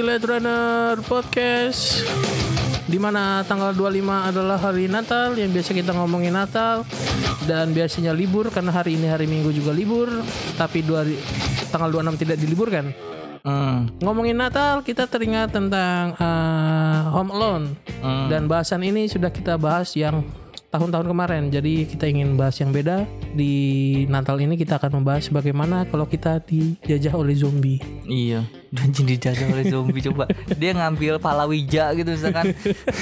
Blade Runner Podcast, dimana tanggal 25 adalah hari Natal, yang biasa kita ngomongin Natal. Dan biasanya libur, karena hari ini hari Minggu juga libur. Tapi tanggal 26 tidak diliburkan. Ngomongin Natal, kita teringat tentang Home Alone. Dan bahasan ini sudah kita bahas yang tahun-tahun kemarin. Jadi kita ingin bahas yang beda. Di Natal ini kita akan membahas bagaimana kalau kita dijajah oleh zombie. Iya, dan dijajah oleh zombie. Coba dia ngambil palawija gitu misalkan.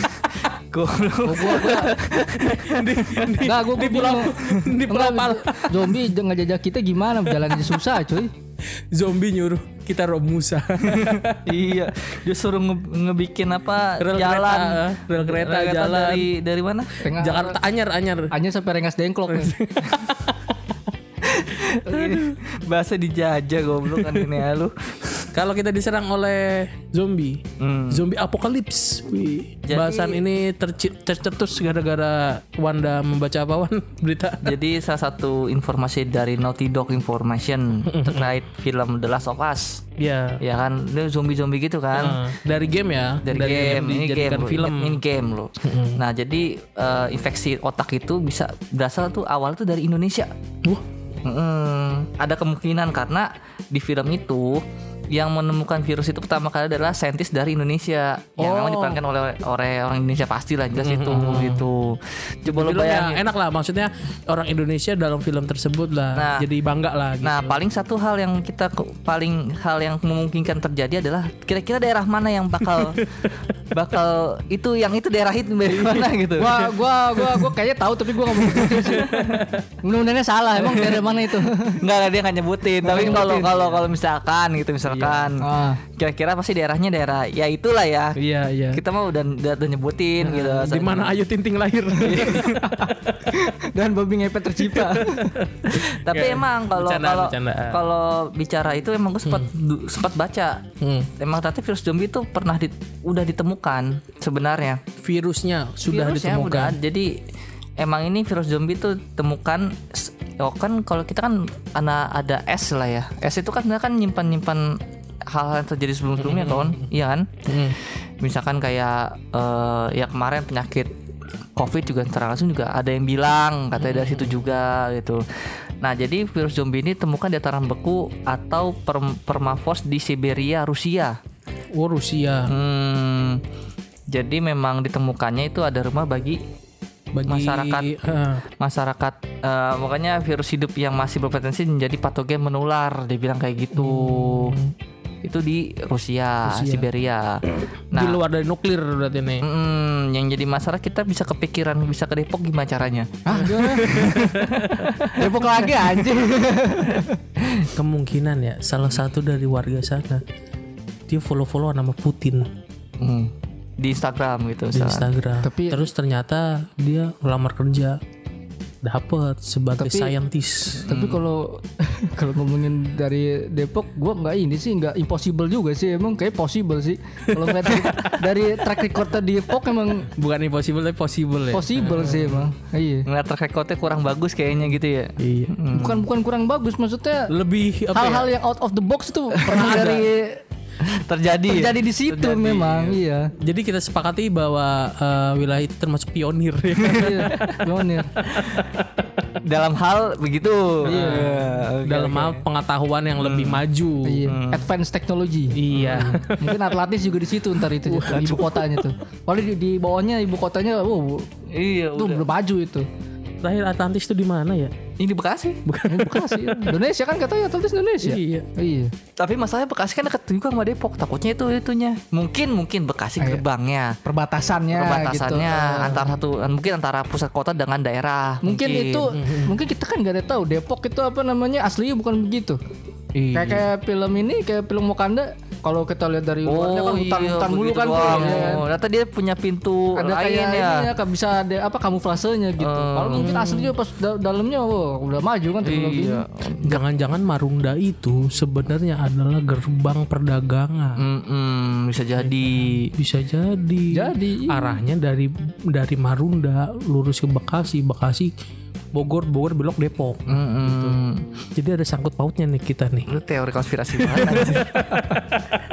Di pulau Pal. Zombie ngejajah kita gimana? Jalannya susah, cuy. Zombie nyuruh kita Romusa. Iya, dia suruh ngebikin apa? Rel kereta jalan dari mana? Jakarta Anyar sampai Rengas Dengklok. Bahasa dijajah goblok kan ini lu. Kalau kita diserang oleh zombie, zombie apokalips. Bahasan ini tercetus gara-gara Wanda membaca apa, Wan? Berita. Jadi salah satu informasi dari Naughty Dog Information terkait film The Last of Us. Iya. Ya kan, itu zombie-zombie gitu kan. Dari game ya. Dari game dijadikan film. Ini game loh. Nah, jadi infeksi otak itu bisa berasal tuh awal tuh dari Indonesia. Ada kemungkinan karena di film itu yang menemukan virus itu pertama kali adalah saintis dari Indonesia yang memang diperankan oleh orang Indonesia, pastilah jelas itu gitu. Coba lo bayangin. Enak lah, maksudnya orang Indonesia dalam film tersebut lah, jadi bangga lah gitu. Nah, paling satu hal yang yang memungkinkan terjadi adalah kira-kira daerah mana yang bakal itu daerah itu dari mana gitu. Gua kayaknya tahu tapi gua enggak mau nyebutin sih. Mudah-mudahan salah, emang daerah mana itu? Enggak, dia enggak nyebutin. Tapi kalau misalkan kira-kira pasti daerahnya daerah ya itulah ya. Iya. Kita mau udah nyebutin gitu. Di mana Ayu Ting Ting lahir. Dan Babi Ngepet tercipta. Tapi emang kalau bicara itu emang gue sempat baca. Emang ternyata virus zombie itu udah ditemukan sebenarnya. Virusnya ditemukan. Jadi emang ini virus zombie itu temukan. Kan kalau kita kan ada S lah ya. S itu kan sebenarnya kan nyimpan hal-hal yang terjadi sebelum-sebelumnya kawan. Iya kan? Misalkan kayak ya kemarin penyakit COVID juga secara langsung juga ada yang bilang katanya dari situ juga gitu. Nah, jadi virus zombie ini temukan di dataran beku atau permafrost di Siberia, Rusia. Oh, Rusia. Jadi memang ditemukannya itu ada rumah bagi masyarakat makanya virus hidup yang masih berpotensi menjadi patogen menular, dia bilang kayak gitu. Itu di Rusia. Siberia. Nah, di luar dari nuklir berarti nih. Yang jadi masalah kita bisa kepikiran bisa ke Depok gimana caranya? Depok lagi anjing. Kemungkinan ya salah satu dari warga sana dia follow nama Putin. Di Instagram gitu. Di Instagram. Terus ternyata dia melamar kerja, dapat sebagai scientist. Tapi kalau ngomongin dari Depok, gue nggak impossible juga sih, emang kayak possible sih. Kalau ngeliat dari track record di Depok emang bukan impossible tapi possible ya. Possible sih emang. Iya. Ngeliat track recordnya kurang bagus kayaknya gitu ya. Iya. Bukan kurang bagus, maksudnya lebih hal-hal yang out of the box itu pernah dari terjadi di situ memang. Iya. Jadi kita sepakati bahwa wilayah itu termasuk pionir. Pionir dalam hal begitu. Dalam hal pengetahuan yang lebih maju. Advanced technology. Iya. Mungkin Atlantis juga di situ ntar itu ibu kotanya tuh. Kalau di bawahnya ibu kotanya iya tuh belum maju itu. Terakhir Atlantis itu di mana ya? Ini di Bekasi. Bekasi. Indonesia kan katanya Atlantis Indonesia. Iya. Tapi masalahnya Bekasi kan dekat juga sama Depok. Takutnya itunya. Mungkin Bekasi gerbangnya. Perbatasannya gitu. Antara pusat kota dengan daerah. Mungkin kita kan nggak ada tahu Depok itu apa namanya aslinya bukan begitu. Kayak film Wakanda. Kalau kita lihat dari luarnya kan hutan mulu kan tuh. Ternyata dia punya pintu ada lain ya. Bisa ada kamuflasenya gitu. Kalau mungkin aslinya pas dalamnya udah maju kan teknologinya. Jangan-jangan Marunda itu sebenarnya adalah gerbang perdagangan. Bisa jadi. Arahnya dari Marunda lurus ke Bekasi, Bogor belok Depok gitu. Jadi ada sangkut pautnya nih kita nih. Lu teori konspirasi banget.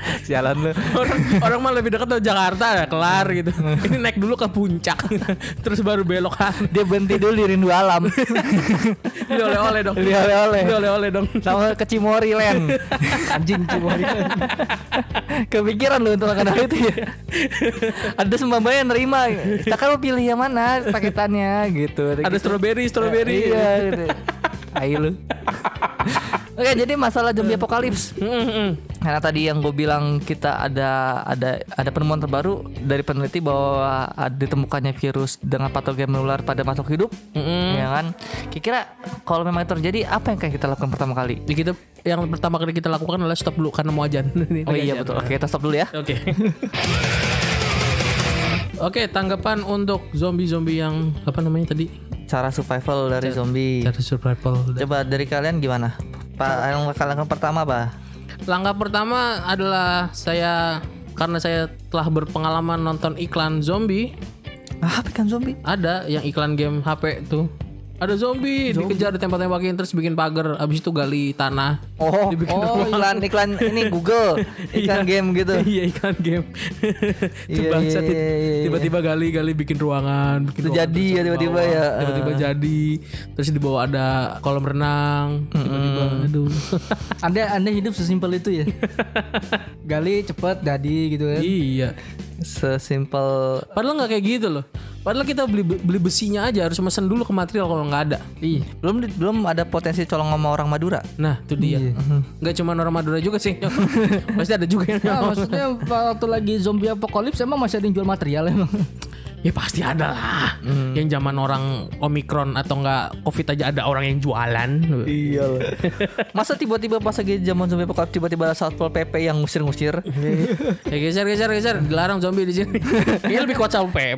Sialan lu. Orang mah lebih dekat ke Jakarta ya, kelar gitu. Ini naik dulu ke puncak, terus baru belok kanan. Dia berhenti dulu di Rindu Alam. Ini oleh-oleh dong. Beli oleh-oleh. Ini oleh-oleh dong. Sama ke Cimory Land. Anjing Cimory. Kepikiran lu untuk makan hal itu ya. Ada sembamba yang nerima. Kita kan mau pilih yang mana paketannya gitu. Ada strawberry. Iya gitu. Ayo lu. Oke, jadi masalah zombie apokalips. Karena tadi yang gue bilang kita ada penemuan terbaru dari peneliti bahwa ditemukannya virus dengan patogen menular pada makhluk hidup, ya kan? Kira-kira kalau memang itu terjadi, apa yang kayak kita lakukan pertama kali? Yang pertama kali kita lakukan adalah stop dulu karena mau ajan. Oh iya betul. Oke, kita stop dulu ya. Oke. Oke, tanggapan untuk zombie yang apa namanya tadi? Cara survival dari zombie. Cara survival. Coba dari kalian gimana? Pak, langkah pertama apa? Langkah pertama adalah karena saya telah berpengalaman nonton iklan zombie. Apa ikan zombie? Ada yang iklan game HP tuh. Ada zombie dikejar, ditembak-tembakin, terus bikin pagar, abis itu gali tanah. Iklan ini Google, iklan game gitu. Iya, iklan game. Itu Iya, bangsat. iya. Tiba-tiba gali bikin ruangan, Jadi ya tiba-tiba ya. Tiba-tiba jadi. Terus di bawah ada kolam renang. Tiba-tiba aduh. Anda hidup sesimpel itu ya. Gali cepet jadi gitu kan. Iya. Sesimpel. Padahal nggak kayak gitu loh. Padahal kita beli besinya aja, harus mesen dulu ke material kalau nggak ada. Iya. Belum ada potensi colong sama orang Madura. Nah, itu dia. Nggak cuma orang Madura juga sih. Pasti ada juga yang Nah, maksudnya waktu lagi zombie apokalips emang masih ada yang jual material emang. Ya pasti ada lah. Yang zaman orang Omikron atau enggak Covid aja ada orang yang jualan. Iya loh. Masa tiba-tiba pas lagi zaman zombie apokalips tiba-tiba ada Satpol PP yang ngusir-ngusir. Ya geser. Dilarang zombie di sini. Kayaknya lebih kuat Satpol PP.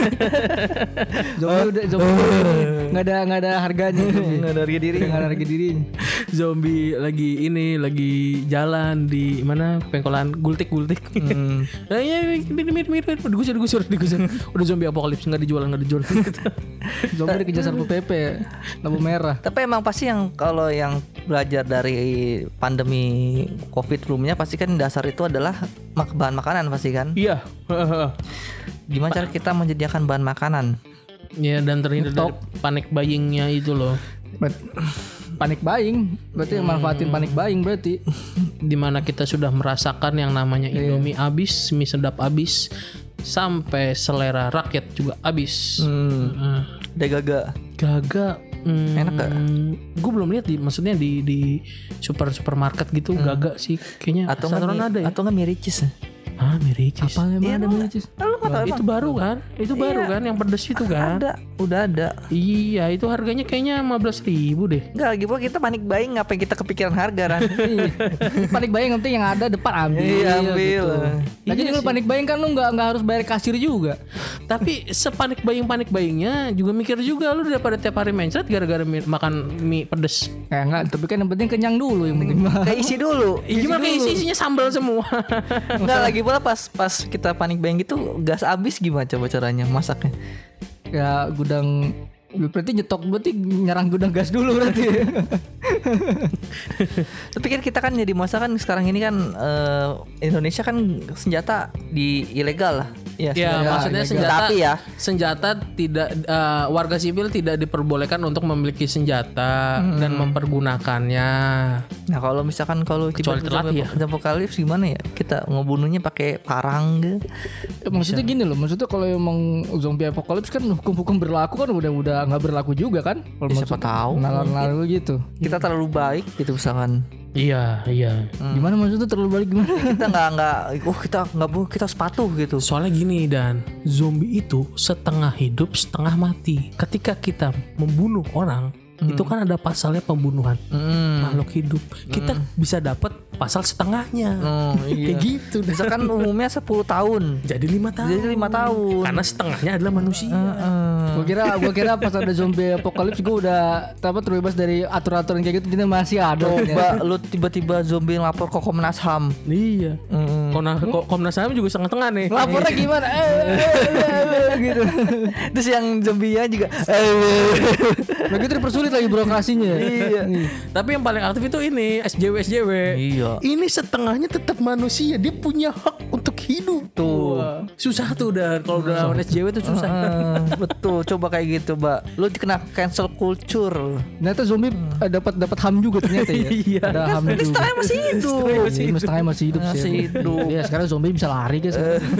Zombie nggak ada harganya. Nggak ada harga diri. Nggak ada harga diri. Zombie lagi jalan di mana pengkolan gultik. Ya mirip digusur. Udah zombie apokalips nggak dijual. Zombie dikejar Satpol PP ya. Lampu merah. Tapi emang pasti kalau yang belajar dari pandemi Covid sebelumnya pasti kan dasar itu adalah bahan makanan pasti kan? Iya. Gimana cara kita menyediakan bahan makanan? Ya dan terhindar dari panic buyingnya itu loh. Panic buying berarti manfaatin panic buying berarti. Dimana kita sudah merasakan yang namanya Indomie habis, mie sedap habis, sampai selera rakyat juga habis. Udah gagak. Enak gak? Gue belum lihat maksudnya di supermarket gitu gagak sih kayaknya. Atau nggak ada ya? Atau nggak miricis? Miricis. Apa emang ada miricis? Itu baru kan? Baru kan yang pedes itu kan? Udah ada. Iya, itu harganya kayaknya 15.000 deh. Enggak lagi pula kita panik buying, ngapain kita kepikiran harga kan? Panik buying nanti yang ada depan ambil. Iya, ambil. Gitu. Nah, jadi lu panik buying kan lu nggak harus bayar kasir juga. Tapi sepanik buyingnya juga mikir juga lu daripada tiap hari mencret gara-gara makan mie pedes. Enggak, tapi kan yang penting kenyang dulu yang penting mah. Kayak isi dulu. Gimana isinya sambal semua. Enggak lagi pula pas kita panik buying gitu gas habis gimana coba caranya masaknya? Ya gudang berarti nyerang gudang gas dulu berarti. Tapi kan kita kan jadi masa kan sekarang ini kan Indonesia kan senjata ilegal lah. Ya, maksudnya senjata tidak warga sipil tidak diperbolehkan untuk memiliki senjata dan mempergunakannya. Nah, kalau misalkan kecuali terlatih ya. Apokalips gimana ya? Kita ngebunuhnya pakai parang gitu. Maksudnya gini loh, maksudnya kalau emang zombie apokalips kan hukum berlaku kan udah nggak berlaku juga kan? Kalau siapa tahu nalar gitu. Kita terlalu baik gitu misalkan. Iya. Gimana maksudnya terlalu balik gimana? Kita kita sepatu gitu. Soalnya gini dan zombie itu setengah hidup setengah mati. Ketika kita membunuh orang itu kan ada pasalnya pembunuhan makhluk hidup. Kita bisa dapat pasal setengahnya. Kayak gitu. Misalkan umumnya 10 tahun jadi 5 tahun. Jadi 5 tahun. Karena setengahnya adalah manusia. Gua kira pas ada zombie apokalips gue udah terbebas dari aturan-aturan kayak gitu, kita masih ada. Coba lu tiba-tiba zombie lapor ke Komnas HAM. Iya. Komnas HAM juga setengah-setengah nih. Lapornya gimana? Gitu. Terus yang zombie-nya juga Begitu dipersulit lagi birokrasinya. iya. Tapi yang paling aktif itu ini SJW. Iya. Ini setengahnya tetap manusia, dia punya hak untuk hidup. Tuh. Wah, susah tuh dan kalau udah lawan SJW itu susah. Betul, coba kayak gitu, Mbak. Lu kena cancel culture. Ternyata zombie dapat HAM juga ternyata ya. Iya. Ada HAM juga. Setengah masih hidup. Setengah masih hidup sih. Masih hidup. Ya sekarang zombie bisa lari guys.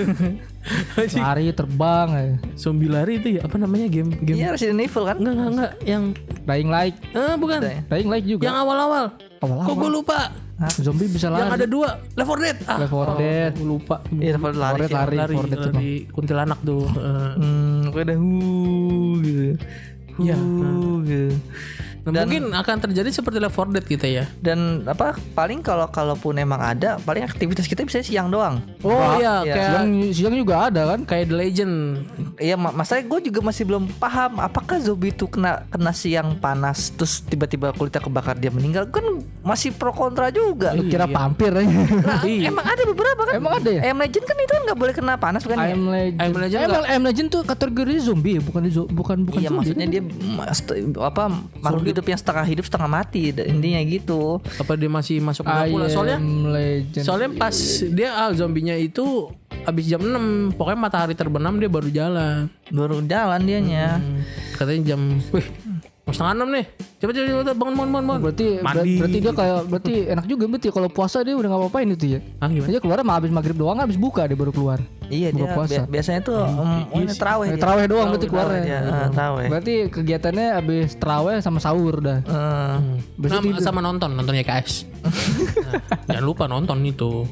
Lari terbang. Zombie lari itu ya apa namanya game? Iya, Resident Evil kan? Enggak yang Dying Light. bukan. Dying Light juga. Yang awal-awal. Awal-awal. Kok gue lupa? Zombie bisa lari. Yang ada 2 Left 4 Dead. Left 4 Dead. Gue lupa. Iya, Left lari. Left lari. Lari Left 4 Dead tuh, Bang. di kuntilanak tuh. Udah gitu. Iya. Gitu. Nah, mungkin akan terjadi seperti Left 4 Dead kita ya. Dan apa paling kalaupun emang ada, paling aktivitas kita bisa siang doang. Oh iya, iya. kayak Siang juga ada kan? kayak The Legend. Iya, masalahnya gue juga masih belum paham apakah zombie itu kena siang panas terus tiba-tiba kulitnya kebakar dia meninggal, kan masih pro kontra juga. Lu kira vampir aja. Nah, Iya. emang ada beberapa kan? Emang ada ya? AM Legend kan itu kan nggak boleh kena panas bukan ya? I'm Legend. Legend tuh kategori zombie bukan bukan Iya, zombie. maksudnya dia makhluk hidup yang setengah hidup setengah mati, intinya gitu. Apa dia masih masuk Dracula? Soalnya pas dia zombinya itu habis jam 6, pokoknya matahari terbenam dia baru jalan. Baru jalan dianya. Katanya jam mau setengah 6 nih. Coba bangun. Berarti Mandi. berarti enak juga berarti kalau puasa dia udah nggak apa-apain itu ya. Gimana? Dia keluar mah habis maghrib doang, habis buka dia baru keluar. Iya, Buka dia puasa. biasanya tuh terawih. dia. Terawih doang berarti keluarnya. Iya, terawih. Berarti kegiatannya habis terawih sama sahur dah. Sama nonton YKS. Jangan lupa nonton itu.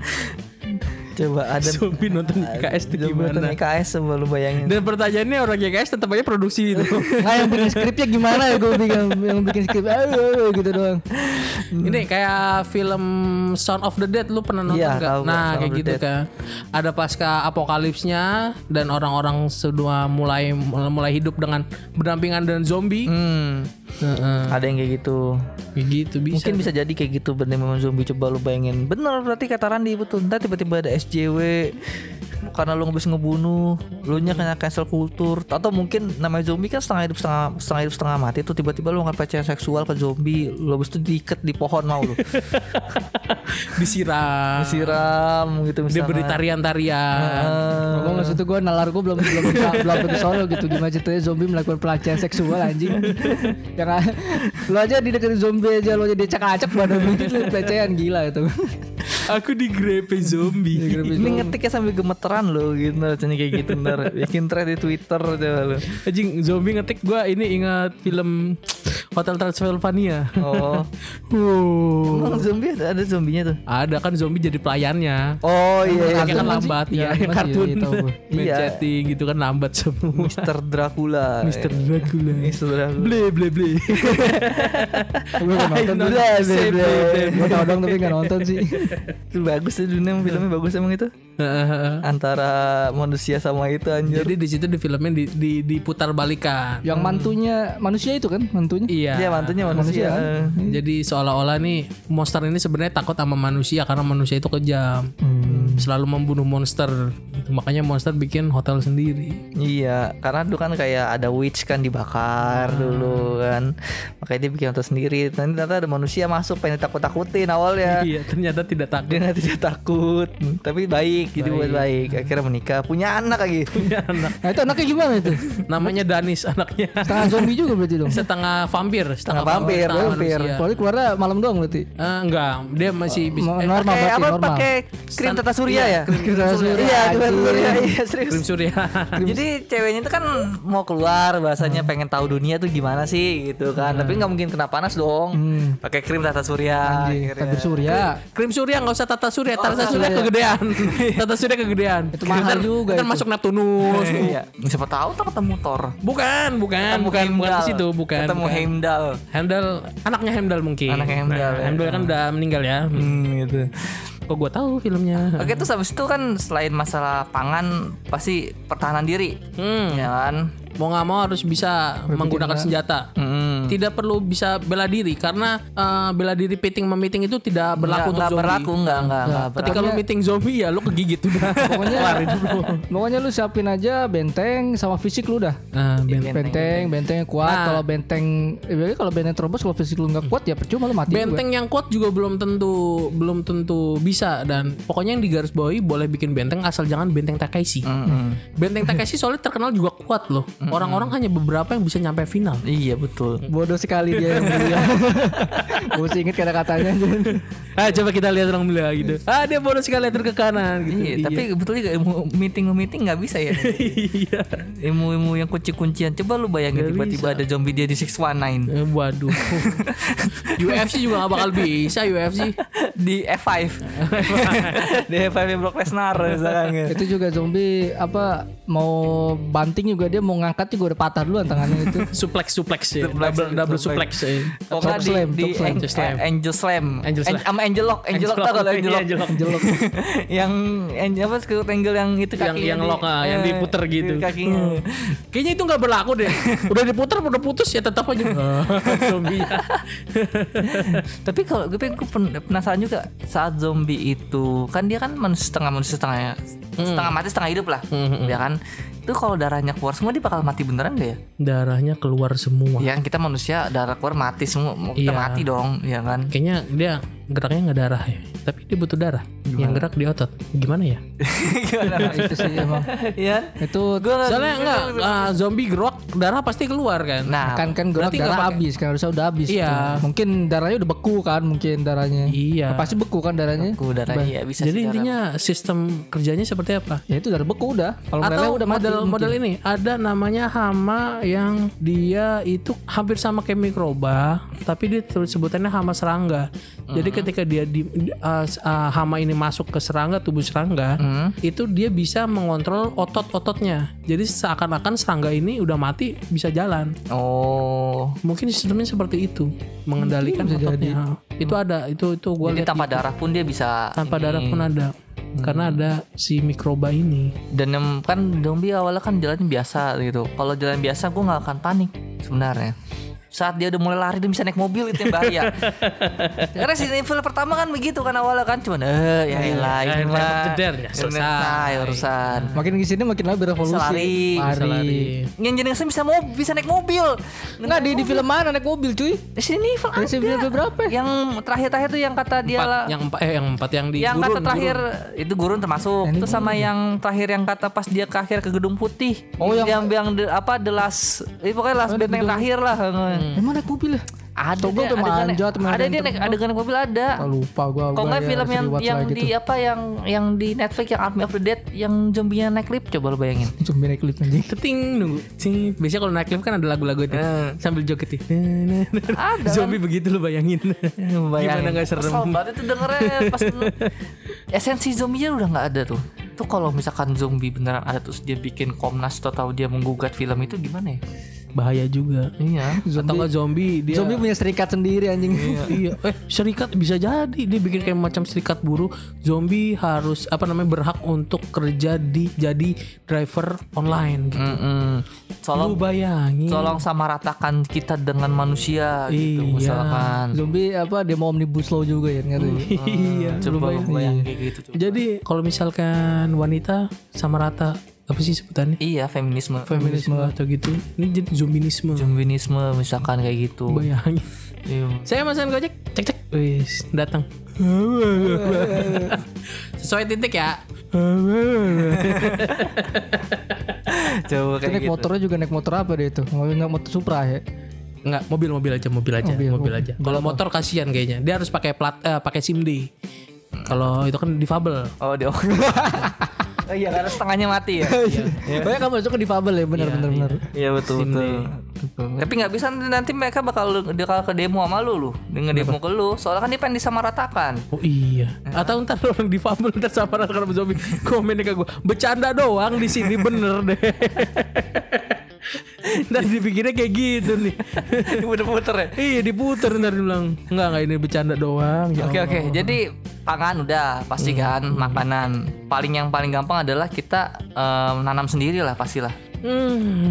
Coba ada Zombie nonton YKS itu nonton gimana? IKS coba lu bayangin. Dan pertanyaannya orang YKS tetap aja produksi itu. Nah yang bikin skripnya gimana ya gue yang bikin skrip gitu doang. Ini kayak film Sound of the Dead, lu pernah nonton Iya, nggak? tahu, Nah Sound kayak of the gitu Dead. kan. Ada pasca apokalipsnya dan orang-orang sudah mulai hidup dengan berdampingan dengan zombie. Ada yang kayak gitu. Kayak gitu bisa. Mungkin bisa jadi kayak gitu bener memang zombie. Coba lu bayangin. Bener berarti kata Randi betul. Ntar tiba-tiba ada SJW karena lu habis ngebunuh, lu nya kena cancel kultur. Atau mungkin namanya zombie kan setengah hidup setengah mati tuh, tiba-tiba lu nggak pelecehan seksual ke zombie, lu habis itu diikat di pohon mau lu. disiram gitu misalnya. dia beri tarian-tarian. Ngomong maksud itu gue nalar gue belum ke solo gitu gimana ceritanya zombie melakukan pelecehan seksual anjing. Yang lu aja dideketin zombie aja lu aja dicak-acak badan gitu lu pelecehan gila itu. Aku digrepe zombie. Ini ngetiknya sambil gemeteran lo gitu, rasanya kayak gitu ntar bikin thread di Twitter coba lo. Anjing zombie ngetik gua ini ingat film Hotel Transylvania. Oh. Emang zombie ada zombinya tuh? Ada kan zombie jadi pelayannya. Oh iya, Yang kan lambat Iya, ya, masih, kartun iya, tahu gue. main Iya. chatting gitu kan lambat semua. Mr. Dracula. Mr. Dracula. Mr. Dracula. Ble. Gue gak nonton gue tau dong tapi gak nonton sih. Itu bagus sih dunia filmnya, bagus emang itu. Antara manusia sama itu anjir. Jadi di situ di filmnya diputar balikan. Yang mantunya manusia itu kan mantunya. Iya. Iya, mantunya manusia. Jadi seolah-olah nih monster ini sebenarnya takut sama manusia karena manusia itu kejam. Selalu membunuh monster. Gitu. Makanya monster bikin hotel sendiri. Iya, karena dulu kan kayak ada witch kan dibakar dulu kan. Makanya dia bikin hotel sendiri. Nanti ternyata ada manusia masuk pengen takut-takutin awalnya. Iya, ternyata tidak takut. Dia tidak takut, tapi baik, jadi buat baik. Akhirnya menikah, punya anak lagi. Punya anak. Nah itu anaknya gimana itu? Namanya Danis anaknya. Setengah zombie juga berarti dong. Setengah vampir, Setengah vampir, setengah vampir. manusia. Soalnya keluarnya malam doang berarti. Enggak, dia masih bisa. Normal Pakai berarti apa? normal. Pakai krim tata surya ya? Krim tata surya. Iya, krim tata surya. Iya, serius. Krim surya. Jadi ceweknya itu kan mau keluar, bahasanya pengen tahu dunia tuh gimana sih gitu kan. Tapi nggak mungkin kena panas dong. Pakai krim tata surya. akhirnya. Tabir surya. Krim surya nggak usah tata surya, tata surya kegedean. Tata surya kegedean. Itu mahal juga Ntar itu. masuk Neptunus. Iya. Siapa tahu tak ketemu Thor. Bukan ke situ, bukan. Ketemu bukan. Heimdall. Heimdall, anaknya Heimdall mungkin. Anaknya Heimdall, ya. Heimdall kan udah meninggal ya. Gitu. Kok gue tahu filmnya. Oke, terus habis itu kan selain masalah pangan pasti pertahanan diri. Ya kan? Mau nggak mau harus bisa menggunakan senjata. Tidak perlu bisa bela diri karena bela diri meeting itu tidak berlaku untuk zombie. Enggak. Ketika lu meeting zombie ya lu kegigit udah. Pokoknya lu siapin aja benteng sama fisik lu dah. Benteng yang kuat. Kalau benteng terobos, kalau fisik lu nggak kuat ya percuma lu mati. Benteng yang kuat juga belum tentu bisa, dan pokoknya yang digarisbawahi boleh bikin benteng asal jangan benteng Takeshi. Benteng Takeshi soalnya terkenal juga kuat loh. Orang-orang hanya beberapa yang bisa nyampe final. Iya betul. Bodoh sekali dia yang mulia. Gue masih inget kata-katanya. Coba kita lihat orang mulia gitu. Dia bodoh sekali atur ke kanan gitu. Iya, tapi betul juga meeting nggak bisa ya. Iya. Ilmu yang kunci-kuncian. Coba lu bayangin tiba-tiba ada zombie dia di 619. Waduh. UFC juga gak bakal bisa UFC. Di F5. Di F5 Brock Lesnar misalkan. Itu juga zombie mau banting juga, dia mau ngangkat juga udah patah duluan tangannya itu. suplex ya. Double suplex ya. Pokoknya di Angel Slam. Sama Angel Lock tau kalau Angel Lock. Yang apa skill angle yang itu kaki yang lock yang diputer gitu. Kakinya. Kayaknya itu enggak berlaku deh. Udah diputer udah putus ya tetap aja zombie. Tapi kalau gue penasaran juga saat zombie itu kan dia kan setengah ya. Setengah mati setengah hidup lah. Ya kan? Itu kalau darahnya keluar semua dia bakal mati beneran gak ya? Darahnya keluar semua. Ya kita manusia darah keluar mati semua, kita mati dong, ya kan? Kayaknya dia geraknya nggak darah ya, tapi dia butuh darah. Gimana? Yang gerak di otot. Gimana ya? Nah, itu sih emang. Iya. Itu soalnya zombie gerak darah pasti keluar kan. Nah, kan gerak darah habis kan, harusnya udah habis. Iya. Gitu. Mungkin darahnya udah beku kan, darahnya. Iya. Pasti beku kan darahnya. Beku darahnya ya bisa. Jadi intinya sistem kerjanya seperti apa? Ya itu darah beku udah. Kalau atau udah mati, model ini ada namanya hama yang dia itu hampir sama kayak mikroba, tapi dia sebutannya hama serangga. Jadi ketika dia hama ini masuk ke tubuh serangga, itu dia bisa mengontrol otot-ototnya. Jadi seakan-akan serangga ini udah mati bisa jalan. Oh, mungkin sistemnya seperti itu, mengendalikan ototnya. Itu ada, itu gua lihat. Jadi tanpa darah pun dia bisa. Tanpa darah pun ada. Karena ada si mikroba ini. Dan yang kan zombie awalnya kan jalan biasa gitu. Kalau jalan biasa gue nggak akan panik sebenarnya. Saat dia udah mulai lari dia bisa naik mobil, itu yang bahaya. Karena Resident Evil pertama kan begitu kan awalnya kan cuman ya elah ini mah selesai urusan. Makin kesini makin lagi berevolusi. Lari. Yang jenisnya bisa naik mobil. Nggak di film mana naik mobil cuy? Resident Evil ada. Resident Evil berapa? Yang terakhir tuh yang kata dia lah. Yang empat yang di yang gurun. Yang kata terakhir itu gurun termasuk. Itu sama yang terakhir yang kata pas dia ke akhir ke Gedung Putih. Oh yang the last. Pokoknya last benteng terakhir lah. Emang naik mobil ya? Ada gue tuh manjat. Ada dia naik adegan naik mobil ada. Lupa gue. Kok nggak film yang di gitu. Yang di Netflix yang Army of the Dead yang zombinya naik lift, coba lo bayangin. Zombie naik lift anjing. Keting nunggu. Biasanya kalau naik lift kan ada lagu-lagu itu sambil joget. Ada. Zombie begitu lo bayangin. Gimana nggak serem? Kesel banget itu dengernya pas esensi zombinya udah nggak ada tuh. Tuh kalau misalkan zombie beneran ada terus dia bikin Komnas atau dia menggugat film itu gimana ya? Bahaya juga. Iya. Atau nggak zombie dia. Zombie punya serikat sendiri anjing. Iya. Serikat bisa jadi dia bikin kayak macam serikat buruh. Zombie harus berhak untuk kerja jadi driver online gitu. Lu bayangin. Tolong sama ratakan kita dengan manusia gitu misalkan. Zombie dia mau omnibus law juga ya ternyata. Iya. Coba bayangin kayak gitu. Jadi kalau misalkan wanita sama rata apa sih sebutannya? Iya, feminisme atau gitu. Ini jadi zombinisme misalkan kayak gitu. Bayangin. Iya. Saya pesan Gojek, cek. Wis, datang. Sesuai titik ya. Coba kayak naik gitu. Motornya juga naik motor apa deh itu? Nggak motor Supra ya? Enggak, mobil aja. Kalau motor kasihan kayaknya. Dia harus pakai pakai SIM-D. Kalau itu kan difabel. Oh, dia. Oh iya, karena setengahnya mati ya. Banyak kamu masuk ke difabel ya, benar. Iya betul. Tapi nggak bisa nanti mereka bakal ke demo sama lu. Dia ngedemo ke lu. Soalnya kan dia pengen disamaratakan. Oh iya. Atau ntar orang difabel ntar samaratakan sama zombie. Komen ke gue. Bercanda doang di sini bener deh. Ntar dipikirnya kayak gitu nih. Diputer-puter ya? Iya diputer ntar dibilang enggak ini bercanda doang. Oke. Jadi pangan udah pasti kan. Makanan yang paling gampang adalah kita nanam sendiri lah pastilah.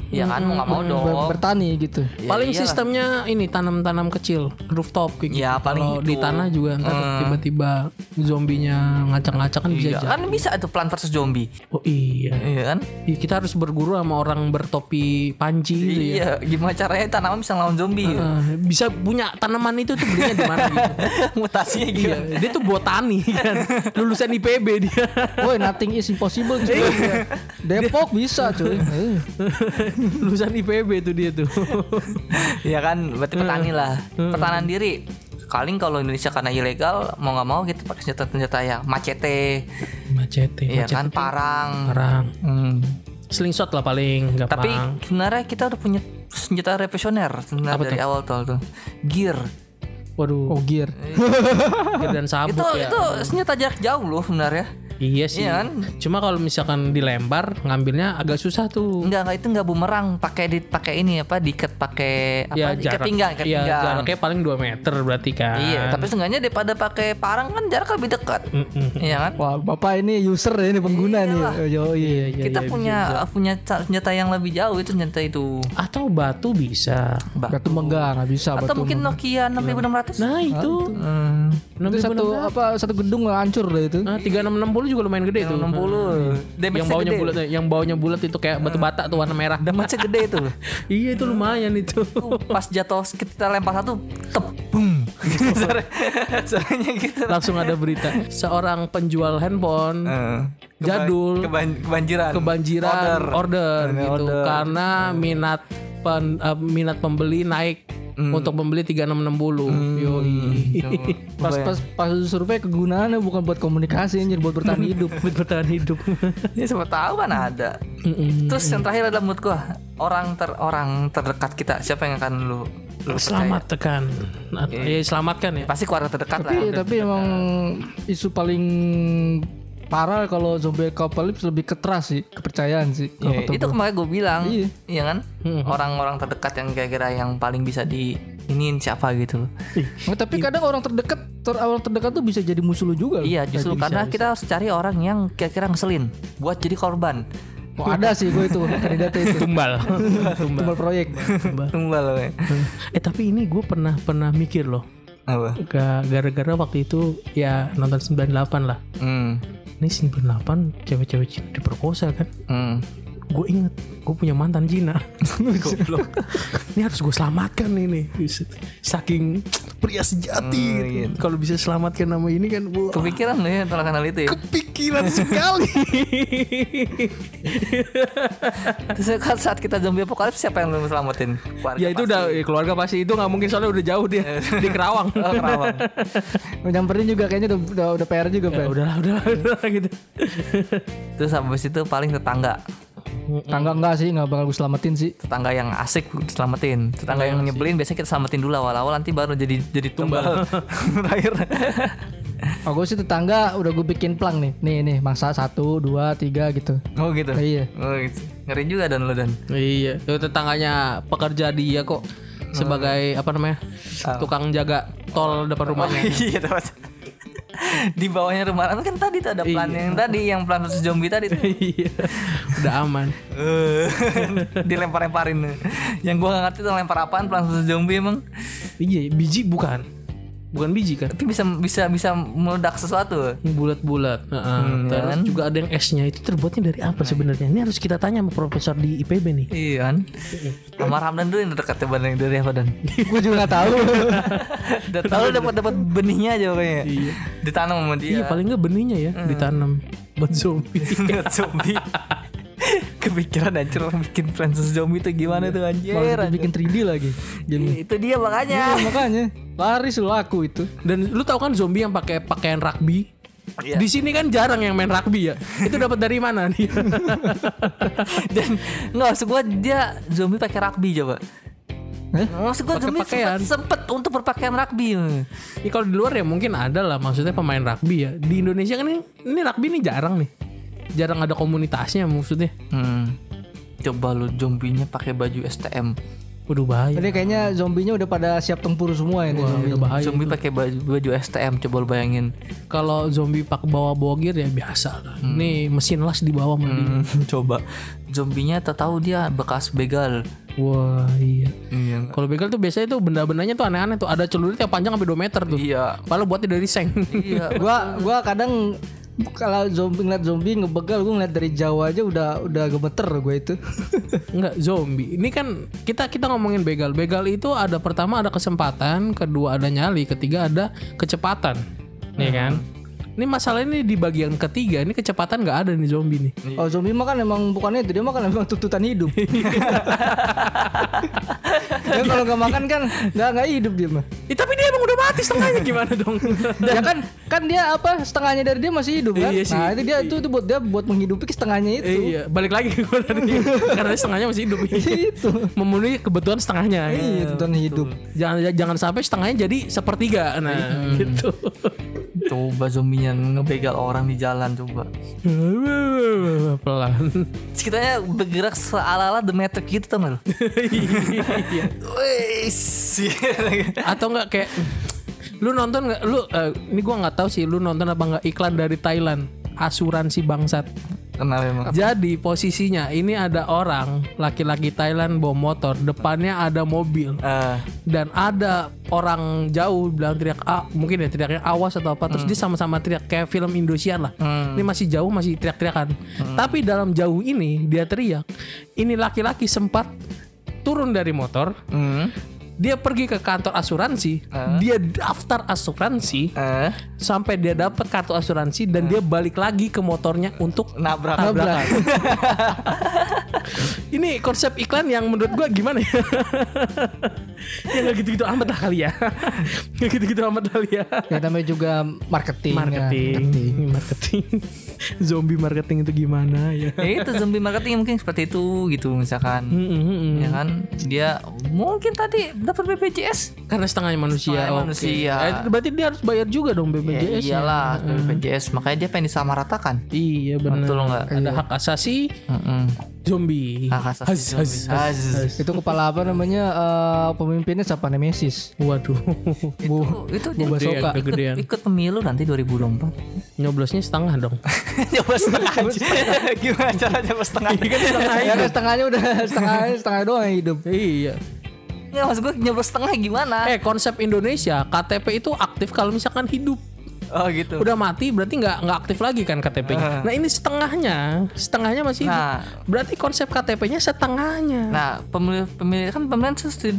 ya kan mau nggak mau dong. bertani gitu. Ya, Paling iyalah. sistemnya ini tanam-tanam kecil, rooftop kayak gitu. Ya, paling Kalau gitu. di tanah juga ntar tiba-tiba zombinya ngacak-ngacak kan bisa Iya, aja. kan bisa itu Plant vs Zombie. Oh iya. Iya kan? Iya, kita harus berguru sama orang bertopi panci gitu ya. Iya, gimana caranya tanaman bisa ngelawan zombie? Bisa punya tanaman itu tuh belinya di mana gitu. Mutasinya Iya, gimana? dia tuh botani kan. Lulusan IPB dia. Woi, nothing is impossible gitu. Depok bisa cuy. Lulusan IPB tuh dia tuh. Iya kan, berarti petani lah. Pertahanan diri. Paling kalau Indonesia karena ilegal, mau nggak mau kita pakai senjata-senjata ya macete, Macete. ya kan, parang. Parang. Hmm. Slingshot lah paling gampang. Tapi sebenarnya kita udah punya senjata revolusioner sebenarnya dari awal tuh. Gear. Waduh. Oh, gear. Gear dan sabuk ya. Itu senjata jarak jauh loh sebenarnya. Iya sih. Iya kan? Cuma kalau misalkan dilempar ngambilnya agak susah tuh. Enggak itu enggak bumerang, pakai ini apa diikat pakai apa? Ikat pinggang. Iya, jaraknya paling 2 meter berarti kan. Iya, tapi seenggaknya daripada pakai parang kan jarak lebih dekat. Iya kan? Wah, Bapak ini user ya, ini pengguna nih. Yo, iya. Kita punya senjata yang lebih jauh itu senjata itu. Atau batu bisa. Batu enggak bisa Atau batu. mungkin Nokia 6600. Nah itu. Itu satu gedung hancur deh itu. Nah, 3660 juga lumayan gede tuh. 60. Yang baunya bulat, yang baunya bulat itu kayak batu bata tuh warna merah. Damage gede itu. Iya itu lumayan itu. Pas jatuh kita lempar satu, tep, boom. Suaranya gitu. Langsung ada berita seorang penjual handphone jadul kebanjiran order gitu karena minat pembeli naik untuk membeli 3660. Yoi. Pas survei kegunaannya bukan buat komunikasi, anjir, buat bertahan hidup. Buat bertahan hidup. Ya siapa tahu kan ada. Terus yang terakhir adalah menurut gua orang terdekat kita, siapa yang akan lu Selamat tekan. Ya selamatkan ya. pasti keluarga terdekat lah. Tapi emang isu paling parah kalau zombie apocalypse lebih keteras sih, kepercayaan sih. Iya, itu kemarin gue bilang, Iya. iya kan, orang-orang terdekat yang kira-kira yang paling bisa diiniin siapa gitu. Tapi kadang orang terdekat tuh bisa jadi musuh lu juga. Iya, justru karena kita harus cari orang yang kira-kira ngeselin buat jadi korban. Oh, ada sih gue itu kandidatnya itu. Tumbal. Tumbal proyek. Tumbal loh. Tapi ini gue pernah mikir loh. Apa? Gara-gara waktu itu ya nonton 98 lah. Ini 98 cewek-cewek Cina diperkosa kan. Gue inget gue punya mantan Cina. Goblok. Ini harus gue selamatkan ini. Saking pria sejati gitu. Kalau bisa selamatkan nama ini kan. Kepikiran lo ya tentang kanal itu ya. Kepikiran sekali. Terus kan saat kita zombie apokalips siapa yang lu selamatin? Keluarga Ya itu pasti. udah keluarga pasti itu nggak mungkin soalnya udah jauh dia di Kerawang. Oh, Kerawang. Nyamperin juga kayaknya udah PR juga, Ya, Pak. udahlah gitu. Terus habis itu paling tetangga. Tangga enggak sih, enggak bakal gue selamatin sih. Tetangga yang asik diselamatin. Tetangga yang nyebelin biasanya kita selamatin dulu awal-awal, nanti baru jadi tumbal. Terakhir. Oh, gue sih tetangga udah gue bikin plang nih. Nih masa 1, 2, 3 gitu. Oh gitu. Iya. Oh gitu. Ngeri juga dan lo dan. Iya, itu tetangganya pekerja dia kok sebagai apa namanya? Tukang jaga tol depan rumahnya. Iya teman. Di bawahnya rumah kan tadi tuh ada plan yang plan versus zombie tadi tuh. Iya. Udah aman. Dilempar-lemparin. Yang gua gak ngerti tuh lempar apaan plan versus zombie emang. Iya, biji bukan biji kan? Tapi bisa meledak sesuatu. Bulat-bulat. Terus kan? juga ada yang esnya itu terbuatnya dari apa sebenarnya? Ini harus kita tanya sama profesor di IPB nih. Iya kan. Amar Hamdan dulu yang dekatnya banding dari apa dan? Gue juga nggak tahu. Tahu dapat benihnya aja pokoknya. Iya. Ditanam sama dia. Iya, paling enggak benihnya ya ditanam buat zombie. Buat zombie. Kepikiran anjir bikin plan versus zombie itu gimana tuh anjir. Malah bikin 3D lagi. Game. Itu dia makanya. Iya, makanya laris lu aku itu. Dan lu tahu kan zombie yang pakai pakaian rugby? Iya. Di sini kan jarang yang main rugby ya. Itu dapat dari mana nih? Dan nggak maksud gue dia zombie pakai rugby coba. Maksud gue zombie pakaian. sempet untuk berpakaian rugby. Ya, kalau di luar ya mungkin ada lah, maksudnya pemain rugby ya. Di Indonesia kan ini rugby nih jarang nih. Jarang ada komunitasnya maksudnya. Coba lu zombinya pakai baju STM. Waduh bahaya. Ini kayaknya zombinya udah pada siap tempur semua ini. Wah, udah bahaya. Zombie pakai baju STM, coba lu bayangin. Kalau zombie pakai bawa gear ya biasa lah. Ini mesin las di bawah mandi. Coba zombinya tahu dia bekas begal. Wah iya. Iya. Kalau begal tuh biasanya tuh benda-bendanya tuh aneh-aneh tuh. Ada celurit yang panjang sampai 2 meter tuh. Iya. Padahal buatnya dari seng. Iya. Gua kadang kalau ngeliat zombie ngebegal, gue ngeliat dari jauh aja udah gemeter gue itu. Enggak, zombie. Ini kan kita ngomongin begal. Begal itu ada pertama ada kesempatan, kedua ada nyali, ketiga ada kecepatan. Nih kan? Ini masalah ini di bagian ketiga, ini kecepatan nggak ada nih zombie nih. Oh zombie mah kan emang bukan itu, dia mah kan emang tuntutan hidup. Dia kalau nggak makan kan nggak hidup dia mah. Tapi dia emang udah mati setengahnya gimana dong? Ya kan dia apa setengahnya dari dia masih hidup kan? Iya sih. Nah itu dia itu buat menghidupi setengahnya itu. Iya, balik lagi ke gua tadi. Karena setengahnya masih hidup. Itu. Memenuhi kebutuhan setengahnya. Iya tuntutan hidup. Jangan sampai setengahnya jadi sepertiga. Nah, gitu. Coba zombinya ngebegal orang di jalan coba. Pelan. Sekitarnya bergerak seala-ala The Matrix gitu tau gak lu? Iya. Wes. Atau enggak kayak lu nonton enggak ini gua enggak tahu sih lu nonton apa enggak iklan dari Thailand, asuransi bangsat. Kenapa emang? Jadi posisinya ini ada orang laki-laki Thailand bawa motor, depannya ada mobil. Dan ada orang jauh bilang teriak mungkin ya teriaknya awas atau apa, terus dia sama-sama teriak kayak film Indosiar lah. Ini masih jauh masih teriak-teriakan. Tapi dalam jauh ini dia teriak. Ini laki-laki sempat turun dari motor. Dia pergi ke kantor asuransi, dia daftar asuransi sampai dia dapat kartu asuransi dan dia balik lagi ke motornya untuk tabrakan. Ini konsep iklan yang menurut gua gimana ya? Ya nggak gitu-gitu amat lah kali ya. Nggak gitu-gitu amat kali ya. Ya namanya juga marketing. Zombie marketing itu gimana ya? Ya itu zombie marketing mungkin seperti itu gitu misalkan. Ya kan dia mungkin tadi dapat BPJS karena setengahnya manusia. Setengahnya manusia. Berarti dia harus bayar juga dong BPJS. Ya, iyalah BPJS makanya dia pengen disamaratakan. Iya benar. Betul nggak? Ada hak asasi zombie. Hak asasi zombie. Itu kepala apa namanya pemimpinnya siapa? Nemesis. Waduh. Itu Boba dia Soka. ikut pemilu nanti 2024. Nyoblosnya setengah dong. Nyoblos setengah aja. Gimana cara nyoblos setengah? Ya kan setengahnya udah setengah doang yang hidup. Iya. Nggak maksud gue nyoblos setengah gimana? Konsep Indonesia KTP itu aktif kalau misalkan hidup. Oh gitu. Udah mati berarti nggak aktif lagi kan KTP-nya. Nah ini setengahnya masih hidup. Nah, berarti konsep KTP-nya setengahnya. Nah pemilih kan pemilihan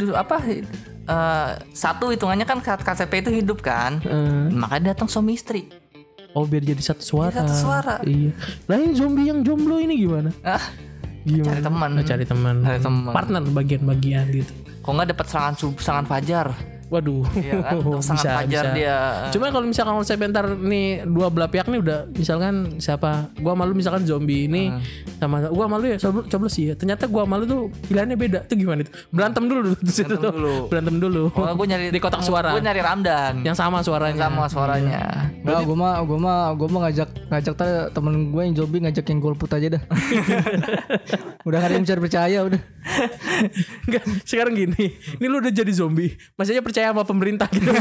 satu hitungannya kan KTP itu hidup kan. Makanya datang suami istri. Oh biar jadi satu suara. Jadi satu suara. Iya. Lain zombie yang jomblo ini gimana? Gimana? Cari teman. Cari teman. Partner bagian-bagian gitu. Kok nggak dapat serangan fajar? Waduh, iya kan? Serangan fajar dia. Cuma kalau misalkan konsep ntar nih dua belah pihak nih udah misalkan siapa, gua malu misalkan zombie ini sama gua malu ya coblos sih ya. Ternyata gua malu tuh pilihannya beda. Tuh gimana itu? Berantem dulu Berantem dulu. Oh, gua nyari di kotak suara. Gua nyari Ramdan. Yang sama suaranya. Nah, gue mah ngajak temen gue yang zombie ngajak yang golput aja dah. Udah gak ada yang bisa percaya udah. Enggak, sekarang gini. Ini lu udah jadi zombie. Masih aja percaya sama pemerintah gitu.